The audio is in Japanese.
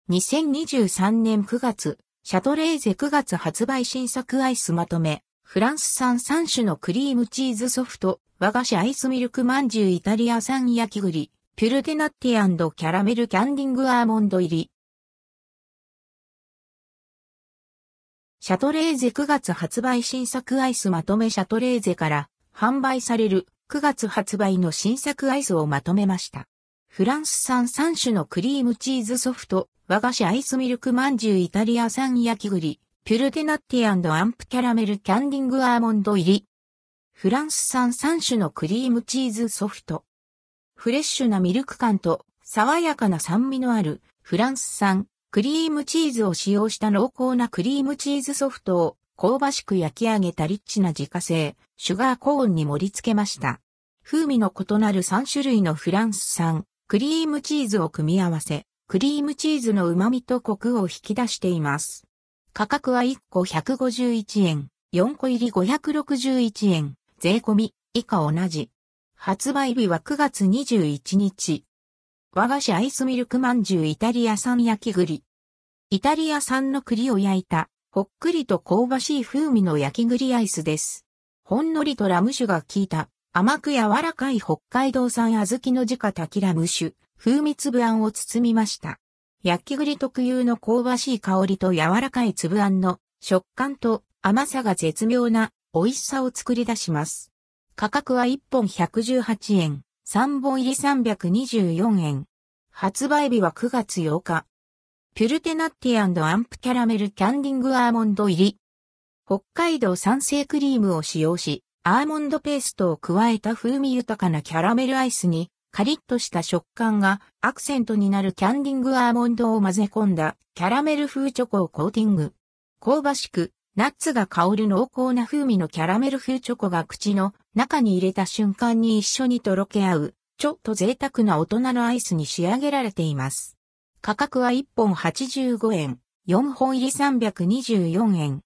2023年9月、シャトレーゼ9月発売新作アイスまとめ、フランス産3種のクリームチーズソフト、和菓子アイスミルクまんじゅうイタリア産焼き栗、ピュルテナッティ&キャラメルキャンディングアーモンド入り。シャトレーゼ9月発売新作アイスまとめシャトレーゼから販売される9月発売の新作アイスをまとめました。フランス産3種のクリームチーズソフト、和菓子アイスミルクまんじゅうイタリア産焼き栗、ピュルテナッティ&アンプキャラメルキャンディングアーモンド入り。フランス産3種のクリームチーズソフト。フレッシュなミルク感と爽やかな酸味のあるフランス産クリームチーズを使用した濃厚なクリームチーズソフトを香ばしく焼き上げたリッチな自家製シュガーコーンに盛り付けました。風味の異なる3種類のフランス産クリームチーズを組み合わせ、クリームチーズの旨味とコクを引き出しています。価格は1個151円、4個入り561円、税込み、以下同じ。発売日は9月21日。和菓子アイスミルクまんじゅうイタリア産焼き栗。イタリア産の栗を焼いた、ほっくりと香ばしい風味の焼き栗アイスです。ほんのりとラム酒が効いた、甘く柔らかい北海道産小豆の直炊きラム酒。風味粒あんを包みました。焼き栗特有の香ばしい香りと柔らかい粒あんの食感と甘さが絶妙な美味しさを作り出します。価格は1本118円、3本入り324円。発売日は9月8日。ピュルテナッティ&アンプキャラメルキャンディングアーモンド入り。北海道産生クリームを使用し、アーモンドペーストを加えた風味豊かなキャラメルアイスに、カリッとした食感がアクセントになるキャンディングアーモンドを混ぜ込んだキャラメル風チョコをコーティング。香ばしく、ナッツが香る濃厚な風味のキャラメル風チョコが口の中に入れた瞬間に一緒にとろけ合う、ちょっと贅沢な大人のアイスに仕上げられています。価格は1本85円、4本入り324円。